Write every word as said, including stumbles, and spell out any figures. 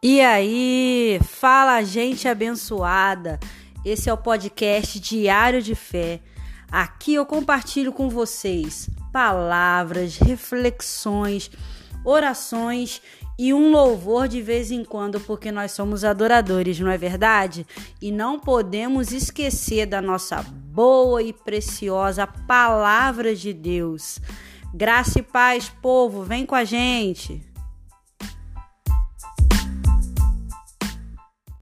E aí, fala gente abençoada, esse é o podcast Diário de Fé. Aqui eu compartilho com vocês palavras, reflexões, orações e um louvor de vez em quando, porque nós somos adoradores, não é verdade? E não podemos esquecer da nossa boa e preciosa palavra de Deus. Graça e paz, povo, vem com a gente!